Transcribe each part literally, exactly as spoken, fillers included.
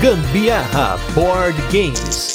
Gambiarra Board Games.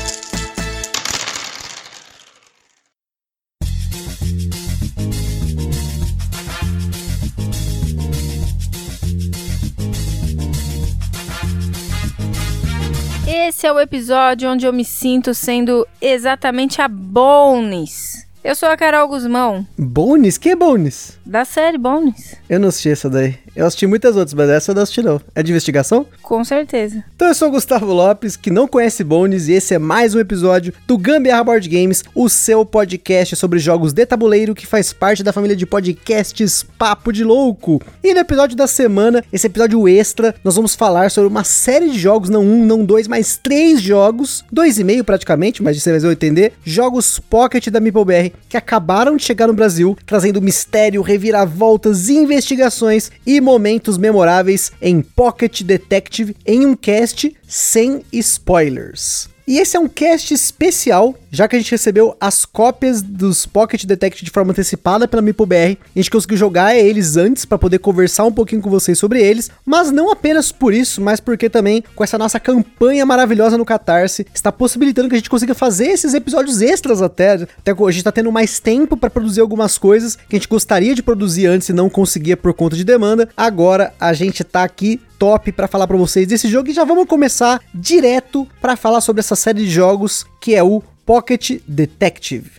Esse é o episódio onde eu me sinto sendo exatamente a Bones. Eu sou a Carol Guzmão. Bones? Que é Bones? Da série Bones. Eu não assisti essa daí. Eu assisti muitas outras, mas essa eu não assisti não. É de investigação? Com certeza. Então eu sou o Gustavo Lopes, que não conhece Bones, e esse é mais um episódio do Gambiarra Board Games, o seu podcast sobre jogos de tabuleiro que faz parte da família de podcasts Papo de Louco. E no episódio da semana, esse episódio extra, nós vamos falar sobre uma série de jogos, não um, não dois, mas três jogos, dois e meio praticamente, mas vocês vão entender, jogos Pocket da MeepleBR, que acabaram de chegar no Brasil, trazendo mistério, reviravoltas, investigações e momentos memoráveis em Pocket Detective em um cast sem spoilers. E esse é um cast especial, já que a gente recebeu as cópias dos Pocket Detective de forma antecipada pela MeepleBR. A gente conseguiu jogar eles antes para poder conversar um pouquinho com vocês sobre eles, mas não apenas por isso, mas porque também com essa nossa campanha maravilhosa no Catarse, está possibilitando que a gente consiga fazer esses episódios extras até. Até a gente está tendo mais tempo para produzir algumas coisas que a gente gostaria de produzir antes e não conseguia por conta de demanda. Agora a gente tá aqui top para falar para vocês desse jogo e já vamos começar direto para falar sobre essa série de jogos que é o Pocket Detective.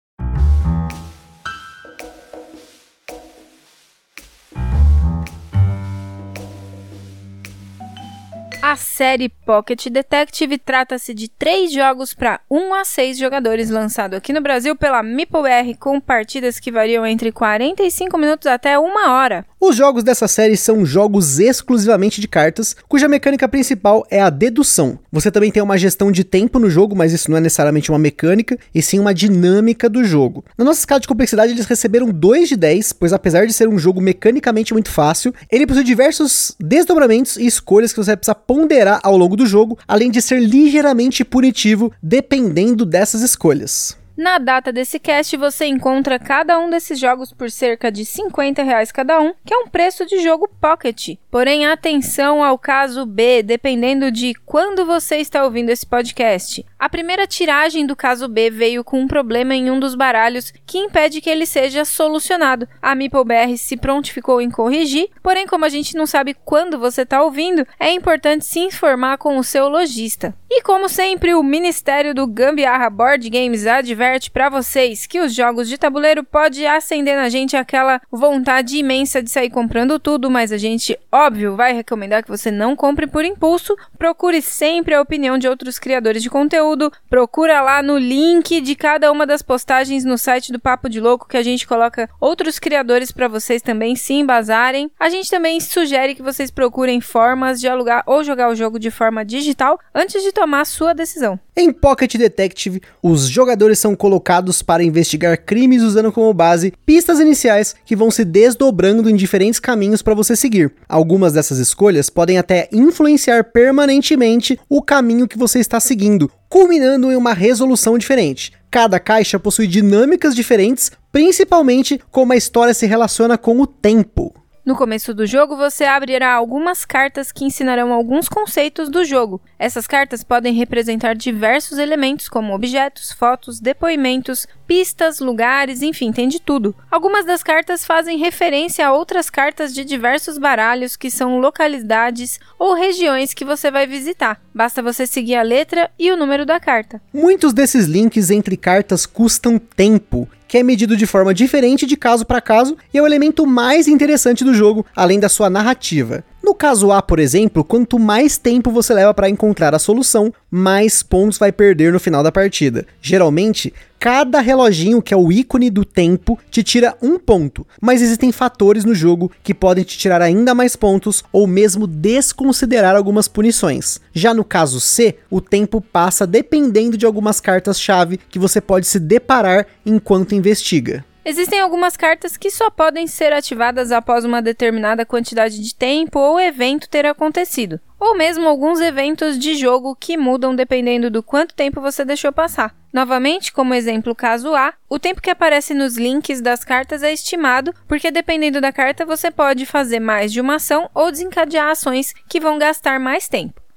A série Pocket Detective trata-se de três jogos para um a seis jogadores, lançado aqui no Brasil pela MeepleBR, com partidas que variam entre quarenta e cinco minutos até uma hora. Os jogos dessa série são jogos exclusivamente de cartas, cuja mecânica principal é a dedução. Você também tem uma gestão de tempo no jogo, mas isso não é necessariamente uma mecânica, e sim uma dinâmica do jogo. Na nossa escala de complexidade, eles receberam dois de dez, pois apesar de ser um jogo mecanicamente muito fácil, ele possui diversos desdobramentos e escolhas que você vai precisar ponderar ao longo do jogo, além de ser ligeiramente punitivo, dependendo dessas escolhas. Na data desse cast, você encontra cada um desses jogos por cerca de cinquenta reais cada um, que é um preço de jogo Pocket. Porém, atenção ao caso B, dependendo de quando você está ouvindo esse podcast. A primeira tiragem do caso B veio com um problema em um dos baralhos que impede que ele seja solucionado. A MeepleBR se prontificou em corrigir, porém, como a gente não sabe quando você está ouvindo, é importante se informar com o seu lojista. E como sempre, o Ministério do Gambiarra Board Games adverte para vocês que os jogos de tabuleiro pode acender na gente aquela vontade imensa de sair comprando tudo, mas a gente, óbvio, vai recomendar que você não compre por impulso. Procure sempre a opinião de outros criadores de conteúdo, procura lá no link de cada uma das postagens no site do Papo de Louco, que a gente coloca outros criadores para vocês também se embasarem. A gente também sugere que vocês procurem formas de alugar ou jogar o jogo de forma digital antes de tomar a sua decisão. Em Pocket Detective, os jogadores são colocados para investigar crimes usando como base pistas iniciais que vão se desdobrando em diferentes caminhos para você seguir. Algumas dessas escolhas podem até influenciar permanentemente o caminho que você está seguindo, culminando em uma resolução diferente. Cada caixa possui dinâmicas diferentes, principalmente como a história se relaciona com o tempo. No começo do jogo, você abrirá algumas cartas que ensinarão alguns conceitos do jogo. Essas cartas podem representar diversos elementos, como objetos, fotos, depoimentos, pistas, lugares, enfim, tem de tudo. Algumas das cartas fazem referência a outras cartas de diversos baralhos, que são localidades ou regiões que você vai visitar. Basta você seguir a letra e o número da carta. Muitos desses links entre cartas custam tempo, que é medido de forma diferente de caso para caso e é o elemento mais interessante do jogo, além da sua narrativa. No caso A, por exemplo, quanto mais tempo você leva para encontrar a solução, mais pontos vai perder no final da partida. Geralmente, cada reloginho, que é o ícone do tempo, te tira um ponto, mas existem fatores no jogo que podem te tirar ainda mais pontos ou mesmo desconsiderar algumas punições. Já no caso C, o tempo passa dependendo de algumas cartas-chave que você pode se deparar enquanto investiga. Existem algumas cartas que só podem ser ativadas após uma determinada quantidade de tempo ou evento ter acontecido, ou mesmo alguns eventos de jogo que mudam dependendo do quanto tempo você deixou passar. Novamente, como exemplo caso A, o tempo que aparece nos links das cartas é estimado, porque dependendo da carta você pode fazer mais de uma ação ou desencadear ações que vão gastar mais tempo.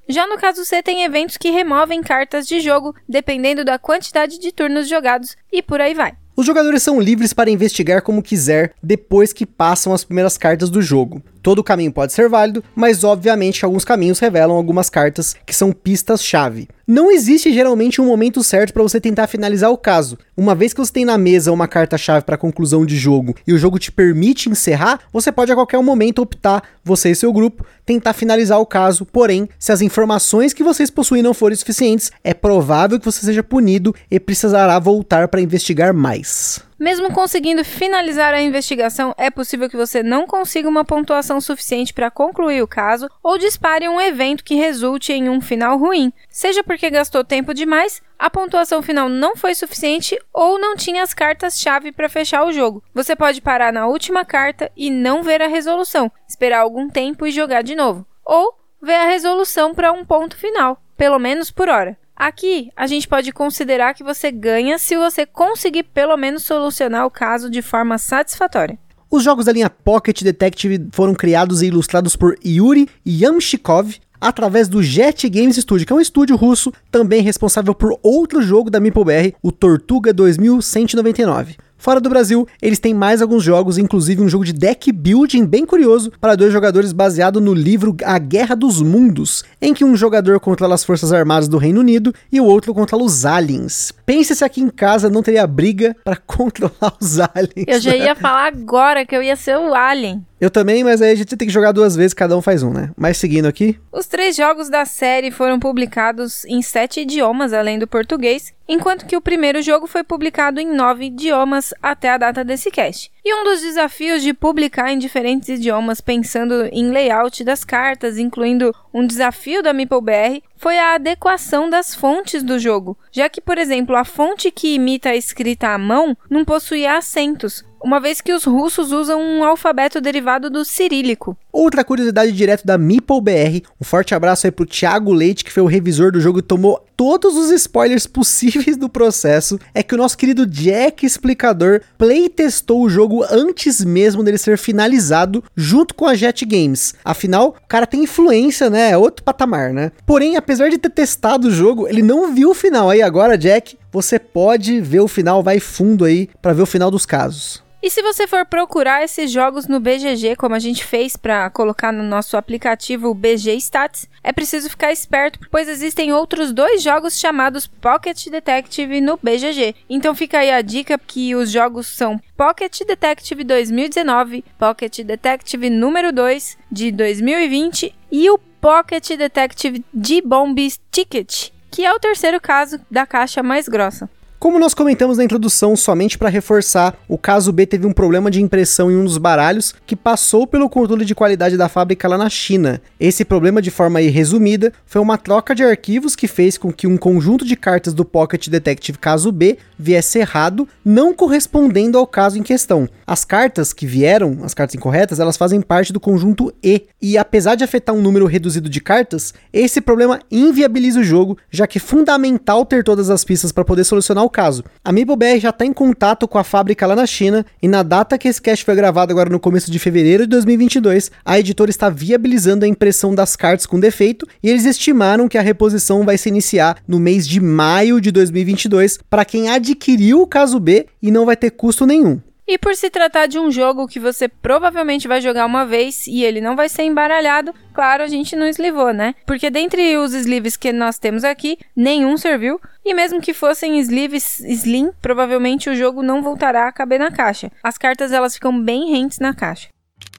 Já no caso C, tem eventos que removem cartas de jogo, dependendo da quantidade de turnos jogados, e por aí vai. Os jogadores são livres para investigar como quiser depois que passam as primeiras cartas do jogo. Todo caminho pode ser válido, mas obviamente alguns caminhos revelam algumas cartas que são pistas-chave. Não existe geralmente um momento certo para você tentar finalizar o caso. Uma vez que você tem na mesa uma carta-chave para conclusão de jogo e o jogo te permite encerrar, você pode a qualquer momento optar, você e seu grupo, tentar finalizar o caso. Porém, se as informações que vocês possuem não forem suficientes, é provável que você seja punido e precisará voltar para investigar mais. Mesmo conseguindo finalizar a investigação, é possível que você não consiga uma pontuação suficiente para concluir o caso ou dispare um evento que resulte em um final ruim, seja porque gastou tempo demais, a pontuação final não foi suficiente ou não tinha as cartas-chave para fechar o jogo. Você pode parar na última carta e não ver a resolução, esperar algum tempo e jogar de novo, ou ver a resolução para um ponto final, pelo menos por hora. Aqui, a gente pode considerar que você ganha se você conseguir pelo menos solucionar o caso de forma satisfatória. Os jogos da linha Pocket Detective foram criados e ilustrados por Yuri Yamshikov através do Jet Games Studio, que é um estúdio russo também responsável por outro jogo da MeepleBR, o Tortuga dois mil cento e noventa e nove. Fora do Brasil, eles têm mais alguns jogos, inclusive um jogo de deck building bem curioso para dois jogadores baseado no livro A Guerra dos Mundos, em que um jogador controla as forças armadas do Reino Unido e o outro controla os aliens. Pense se aqui em casa não teria briga para controlar os aliens. Eu já ia falar agora que eu ia ser o alien. Eu também, mas aí a gente tem que jogar duas vezes, cada um faz um, né? Mas seguindo aqui... Os três jogos da série foram publicados em sete idiomas, além do português, enquanto que o primeiro jogo foi publicado em nove idiomas até a data desse cast. E um dos desafios de publicar em diferentes idiomas pensando em layout das cartas, incluindo um desafio da MeepleBR, foi a adequação das fontes do jogo, já que, por exemplo, a fonte que imita a escrita à mão não possuía acentos, uma vez que os russos usam um alfabeto derivado do cirílico. Outra curiosidade direto da MeepleBR, um forte abraço aí pro Thiago Leite, que foi o revisor do jogo e tomou todos os spoilers possíveis do processo, é que o nosso querido Jack Explicador playtestou o jogo antes mesmo dele ser finalizado, junto com a Jet Games. Afinal, o cara tem influência, né? É outro patamar, né? Porém, apesar de ter testado o jogo, ele não viu o final. Aí agora, Jack, você pode ver o final, vai fundo aí pra ver o final dos casos. E se você for procurar esses jogos no B G G, como a gente fez para colocar no nosso aplicativo B G Stats, é preciso ficar esperto, pois existem outros dois jogos chamados Pocket Detective no B G G. Então fica aí a dica que os jogos são Pocket Detective dois mil e dezenove, Pocket Detective número dois de dois mil e vinte e o Pocket Detective D-Bomb Ticket, que é o terceiro caso da caixa mais grossa. Como nós comentamos na introdução, somente para reforçar, o caso B teve um problema de impressão em um dos baralhos que passou pelo controle de qualidade da fábrica lá na China. Esse problema, de forma aí resumida, foi uma troca de arquivos que fez com que um conjunto de cartas do Pocket Detective caso B viesse errado, não correspondendo ao caso em questão. As cartas que vieram, as cartas incorretas, elas fazem parte do conjunto E, e apesar de afetar um número reduzido de cartas, esse problema inviabiliza o jogo, já que é fundamental ter todas as pistas para poder solucionar o caso. A MeepleBR já está em contato com a fábrica lá na China e na data que esse cast foi gravado agora no começo de fevereiro de dois mil e vinte e dois, a editora está viabilizando a impressão das cartas com defeito e eles estimaram que a reposição vai se iniciar no mês de maio de dois mil e vinte e dois para quem adquiriu o caso B e não vai ter custo nenhum. E por se tratar de um jogo que você provavelmente vai jogar uma vez e ele não vai ser embaralhado, claro, a gente não eslivou, né? Porque dentre os sleeves que nós temos aqui, nenhum serviu. E mesmo que fossem sleeves slim, provavelmente o jogo não voltará a caber na caixa. As cartas, elas ficam bem rentes na caixa.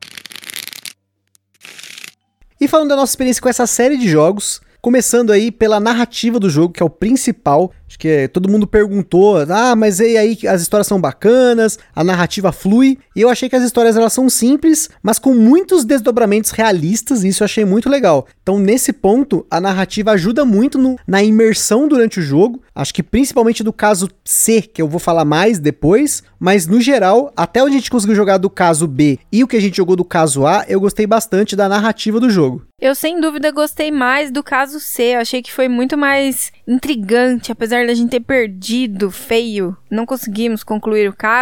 E falando da nossa experiência com essa série de jogos, começando aí pela narrativa do jogo, que é o principal. Acho que todo mundo perguntou, ah, mas e aí, as histórias são bacanas, a narrativa flui, e eu achei que as histórias elas são simples, mas com muitos desdobramentos realistas, e isso eu achei muito legal. Então, nesse ponto, a narrativa ajuda muito no, na imersão durante o jogo, acho que principalmente do caso C, que eu vou falar mais depois, mas no geral, até onde a gente conseguiu jogar do caso B e o que a gente jogou do caso A, eu gostei bastante da narrativa do jogo. Eu, sem dúvida, gostei mais do caso C, eu achei que foi muito mais intrigante, apesar da gente ter perdido feio, não conseguimos concluir o caso.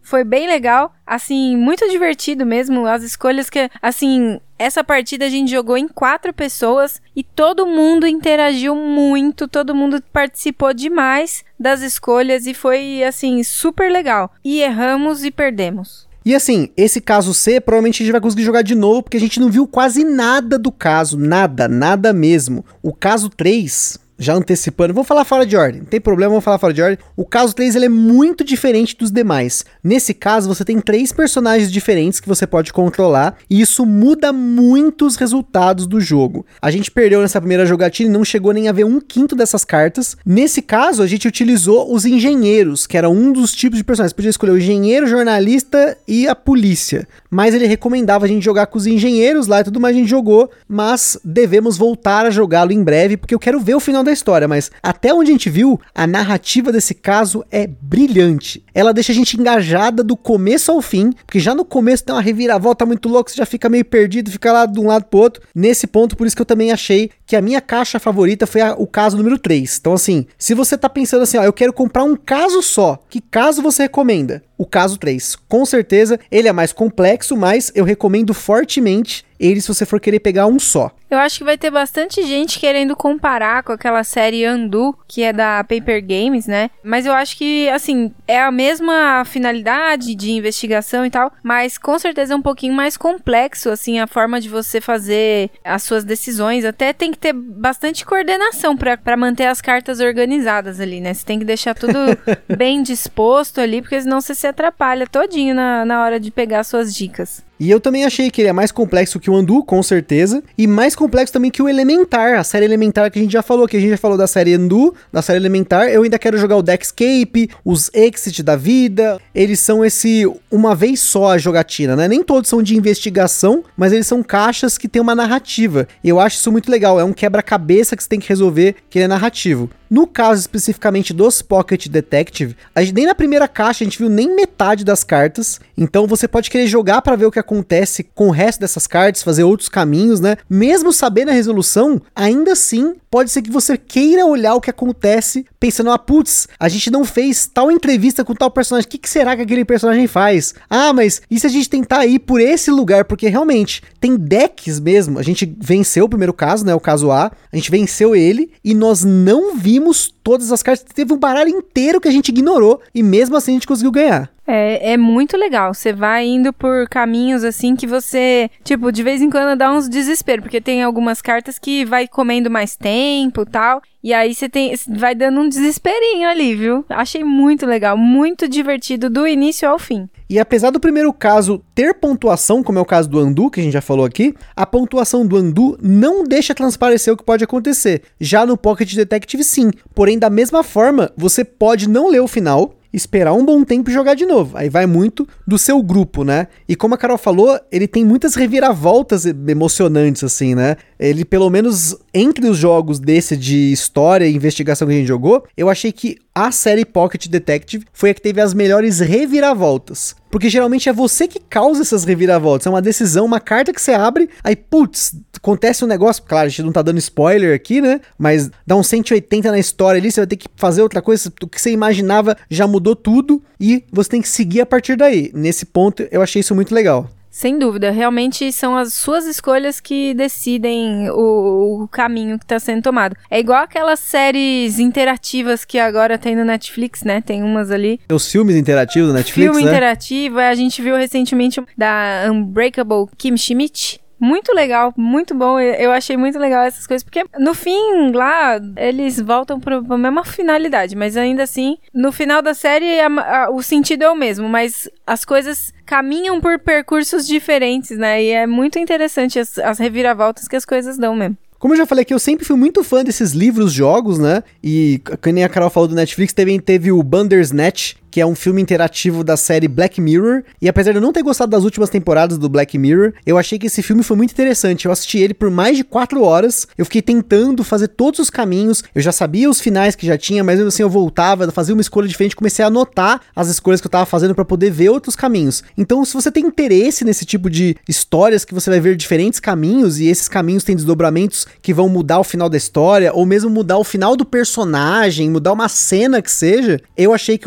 Foi bem legal, assim, muito divertido mesmo, as escolhas que, assim, essa partida a gente jogou em quatro pessoas e todo mundo interagiu muito, todo mundo participou demais das escolhas e foi, assim, super legal. E erramos e perdemos. E assim, esse caso C, provavelmente a gente vai conseguir jogar de novo, porque a gente não viu quase nada do caso, nada, nada mesmo. O caso três... Já antecipando, vou falar fora de ordem, não tem problema, vou falar fora de ordem. O caso três ele é muito diferente dos demais. Nesse caso, você tem três personagens diferentes que você pode controlar, e isso muda muito os resultados do jogo. A gente perdeu nessa primeira jogatina e não chegou nem a ver um quinto dessas cartas. Nesse caso, a gente utilizou os engenheiros, que era um dos tipos de personagens. Você podia escolher o engenheiro, o jornalista e a polícia. Mas ele recomendava a gente jogar com os engenheiros lá e tudo mais, a gente jogou, mas devemos voltar a jogá-lo em breve, porque eu quero ver o final da história, mas até onde a gente viu, a narrativa desse caso é brilhante. Ela deixa a gente engajada do começo ao fim, porque já no começo tem uma reviravolta muito louca, você já fica meio perdido, fica lá de um lado pro outro. Nesse ponto, por isso que eu também achei que a minha caixa favorita foi a, o caso número três. Então assim, se você tá pensando assim, ó, eu quero comprar um caso só, que caso você recomenda? O caso três, com certeza, ele é mais complexo, mas eu recomendo fortemente ele se você for querer pegar um só. Eu acho que vai ter bastante gente querendo comparar com aquela série Undo, que é da Paper Games, né? Mas eu acho que, assim, é a mesma finalidade de investigação e tal, mas com certeza é um pouquinho mais complexo, assim, a forma de você fazer as suas decisões. Até tem que ter bastante coordenação pra, pra manter as cartas organizadas ali, né? Você tem que deixar tudo bem disposto ali, porque senão você se atrapalha todinho na, na hora de pegar suas dicas. E eu também achei que ele é mais complexo que o Undo, com certeza, e mais complexo também que o Elementar, a série Elementar que a gente já falou, que a gente já falou da série Undo, da série Elementar. Eu ainda quero jogar o Deckscape, os Exit da vida, eles são esse uma vez só a jogatina, né? Nem todos são de investigação, mas eles são caixas que tem uma narrativa, e eu acho isso muito legal, é um quebra-cabeça que você tem que resolver, que ele é narrativo. No caso especificamente dos Pocket Detective, a gente, nem na primeira caixa a gente viu nem metade das cartas, então você pode querer jogar para ver o que acontece com o resto dessas cartas, fazer outros caminhos, né? Mesmo sabendo a resolução, ainda assim pode ser que você queira olhar o que acontece pensando, ah, putz, a gente não fez tal entrevista com tal personagem, o que, que será que aquele personagem faz? Ah, mas e se a gente tentar ir por esse lugar? Porque realmente tem decks mesmo, a gente venceu o primeiro caso, né, o caso A, a gente venceu ele e nós não vimos todas as cartas, teve um baralho inteiro que a gente ignorou e mesmo assim a gente conseguiu ganhar. É, é muito legal, você vai indo por caminhos assim que você, tipo, de vez em quando dá uns desespero, porque tem algumas cartas que vai comendo mais tempo e tal, e aí você tem, vai dando um desesperinho ali, viu? Achei muito legal, muito divertido do início ao fim. E apesar do primeiro caso ter pontuação, como é o caso do Undo, que a gente já falou aqui, a pontuação do Undo não deixa transparecer o que pode acontecer. Já no Pocket Detective sim, porém da mesma forma, você pode não ler o final, esperar um bom tempo e jogar de novo. Aí vai muito do seu grupo, né? E como a Carol falou, ele tem muitas reviravoltas emocionantes, assim, né? Ele, pelo menos, entre os jogos desse de história e investigação que a gente jogou, eu achei que a série Pocket Detective foi a que teve as melhores reviravoltas. Porque geralmente é você que causa essas reviravoltas. É uma decisão, uma carta que você abre, aí, putz, acontece um negócio. Claro, a gente não tá dando spoiler aqui, né? Mas dá um cento e oitenta na história ali, você vai ter que fazer outra coisa. O que você imaginava já mudou tudo e você tem que seguir a partir daí. Nesse ponto, eu achei isso muito legal. Sem dúvida, realmente são as suas escolhas que decidem o, o caminho que está sendo tomado. É igual aquelas séries interativas que agora tem no Netflix, né? Tem umas ali. Os filmes interativos do Netflix, Filme né? interativo, a gente viu recentemente da Unbreakable Kimmy Schmidt. Muito legal, muito bom, eu achei muito legal essas coisas, porque no fim, lá, eles voltam para a mesma finalidade, mas ainda assim, no final da série, a, a, o sentido é o mesmo, mas as coisas caminham por percursos diferentes, né, e é muito interessante as, as reviravoltas que as coisas dão mesmo. Como eu já falei aqui, eu sempre fui muito fã desses livros-jogos, né? E, como nem a Carol falou do Netflix, teve, teve o Bandersnatch, que é um filme interativo da série Black Mirror, e apesar de eu não ter gostado das últimas temporadas do Black Mirror, eu achei que esse filme foi muito interessante. Eu assisti ele por mais de quatro horas, eu fiquei tentando fazer todos os caminhos, eu já sabia os finais que já tinha, mas mesmo assim eu voltava, fazia uma escolha diferente, comecei a anotar as escolhas que eu tava fazendo pra poder ver outros caminhos. Então, se você tem interesse nesse tipo de histórias, que você vai ver diferentes caminhos, e esses caminhos têm desdobramentos que vão mudar o final da história, ou mesmo mudar o final do personagem, mudar uma cena que seja, eu achei que o Pocket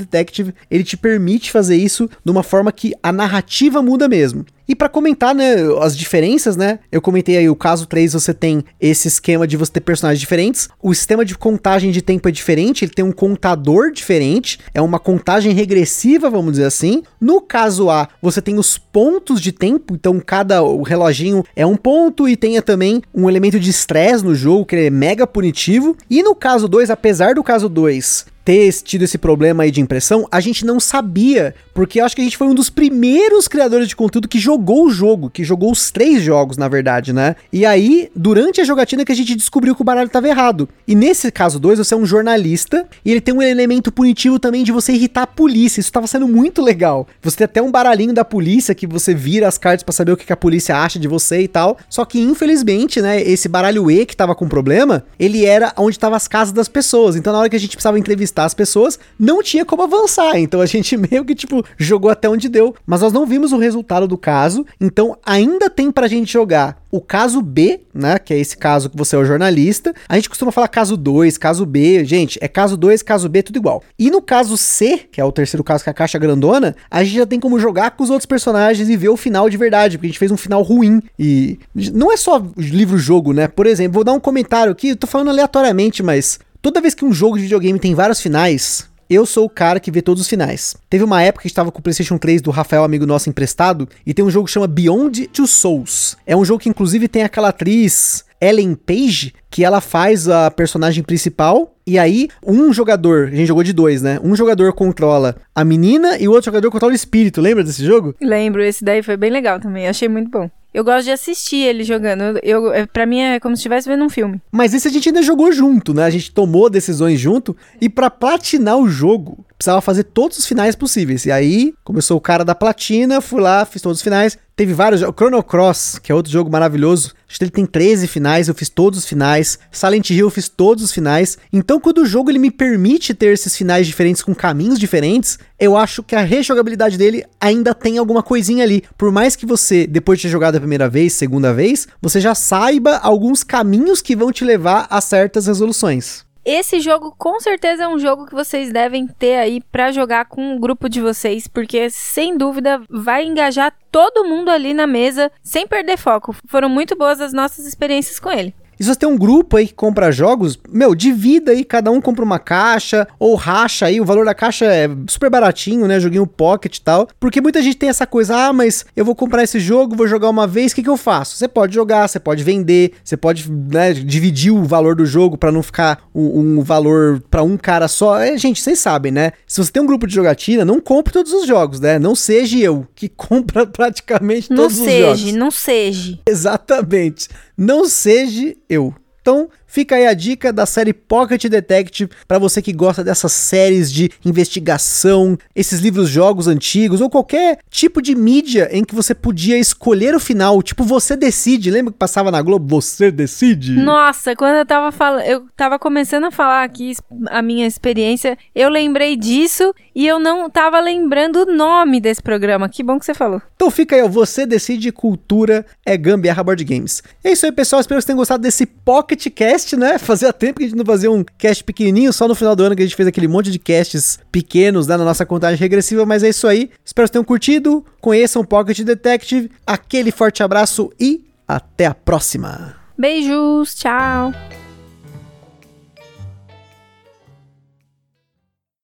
Detective, ele te permite fazer isso de uma forma que a narrativa muda mesmo. E pra comentar, né, as diferenças, né, eu comentei aí o caso três, você tem esse esquema de você ter personagens diferentes, o sistema de contagem de tempo é diferente, ele tem um contador diferente, é uma contagem regressiva, vamos dizer assim. No caso A, você tem os pontos de tempo, então cada o reloginho é um ponto e tem também um elemento de estresse no jogo, que é mega punitivo. E no caso dois, apesar do caso dois ter tido esse problema aí de impressão, a gente não sabia, porque eu acho que a gente foi um dos primeiros criadores de conteúdo que jogou o jogo, que jogou os três jogos, na verdade, né? E aí, durante a jogatina que a gente descobriu que o baralho estava errado. E nesse caso dois, você é um jornalista, e ele tem um elemento punitivo também de você irritar a polícia, isso estava sendo muito legal. Você tem até um baralhinho da polícia, que você vira as cartas pra saber o que a polícia acha de você e tal, só que infelizmente, né, esse baralho E que tava com problema, ele era onde estavam as casas das pessoas, então na hora que a gente precisava entrevistar as pessoas, não tinha como avançar, então a gente meio que, tipo, jogou até onde deu, mas nós não vimos o resultado do caso, então ainda tem pra gente jogar o caso B, né, que é esse caso que você é o jornalista. A gente costuma falar caso dois, caso B, gente, é caso dois, caso B, tudo igual. E no caso C, que é o terceiro caso com a caixa grandona, a gente já tem como jogar com os outros personagens e ver o final de verdade, porque a gente fez um final ruim, e não é só livro-jogo, né, por exemplo, vou dar um comentário aqui, eu tô falando aleatoriamente, mas toda vez que um jogo de videogame tem vários finais, eu sou o cara que vê todos os finais. Teve uma época que a gente tava com o PlayStation três do Rafael, amigo nosso, emprestado, e tem um jogo que chama Beyond Two Souls. É um jogo que inclusive tem aquela atriz Ellen Page, que ela faz a personagem principal, e aí um jogador, a gente jogou de dois, né? Um jogador controla a menina e o outro jogador controla o espírito. Lembra desse jogo? Lembro, esse daí foi bem legal também, achei muito bom. Eu gosto de assistir ele jogando. Eu, eu, pra mim é como se estivesse vendo um filme. Mas esse a gente ainda jogou junto, né? A gente tomou decisões junto. E pra platinar o jogo, precisava fazer todos os finais possíveis. E aí, começou o cara da platina, fui lá, fiz todos os finais. Teve vários jogos. Chrono Cross, que é outro jogo maravilhoso. Acho que ele tem treze finais, eu fiz todos os finais. Silent Hill, eu fiz todos os finais. Então, quando o jogo ele me permite ter esses finais diferentes com caminhos diferentes, eu acho que a rejogabilidade dele ainda tem alguma coisinha ali. Por mais que você, depois de ter jogado a primeira vez, segunda vez, você já saiba alguns caminhos que vão te levar a certas resoluções. Esse jogo com certeza é um jogo que vocês devem ter aí pra jogar com o grupo de vocês, porque sem dúvida vai engajar todo mundo ali na mesa sem perder foco. Foram muito boas as nossas experiências com ele. E se você tem um grupo aí que compra jogos, meu, divida aí, cada um compra uma caixa, ou racha aí, o valor da caixa é super baratinho, né, joguinho pocket e tal, porque muita gente tem essa coisa, ah, mas eu vou comprar esse jogo, vou jogar uma vez, o que que eu faço? Você pode jogar, você pode vender, você pode, né, dividir o valor do jogo pra não ficar um, um valor pra um cara só. É, gente, vocês sabem, né, se você tem um grupo de jogatina, não compre todos os jogos, né, não seja eu, que compra praticamente todos não os seja, jogos. Não seja, não seja. Exatamente. Não seja eu. Então, fica aí a dica da série Pocket Detective para você que gosta dessas séries de investigação, esses livros-jogos antigos ou qualquer tipo de mídia em que você podia escolher o final, tipo Você Decide. Lembra que passava na Globo? Você Decide? Nossa, quando eu tava falando, eu tava começando a falar aqui a minha experiência, eu lembrei disso e eu não tava lembrando o nome desse programa. Que bom que você falou. Então fica aí, ó, Você Decide, Cultura é Gambiarra Board Games. É isso aí, pessoal, espero que vocês tenham gostado desse Pocket Cast, né? Fazia tempo que a gente não fazia um cast pequenininho, só no final do ano que a gente fez aquele monte de casts pequenos, né, na nossa contagem regressiva, mas é isso aí. Espero que vocês tenham curtido, conheçam Pocket Detective, aquele forte abraço e até a próxima. Beijos, tchau.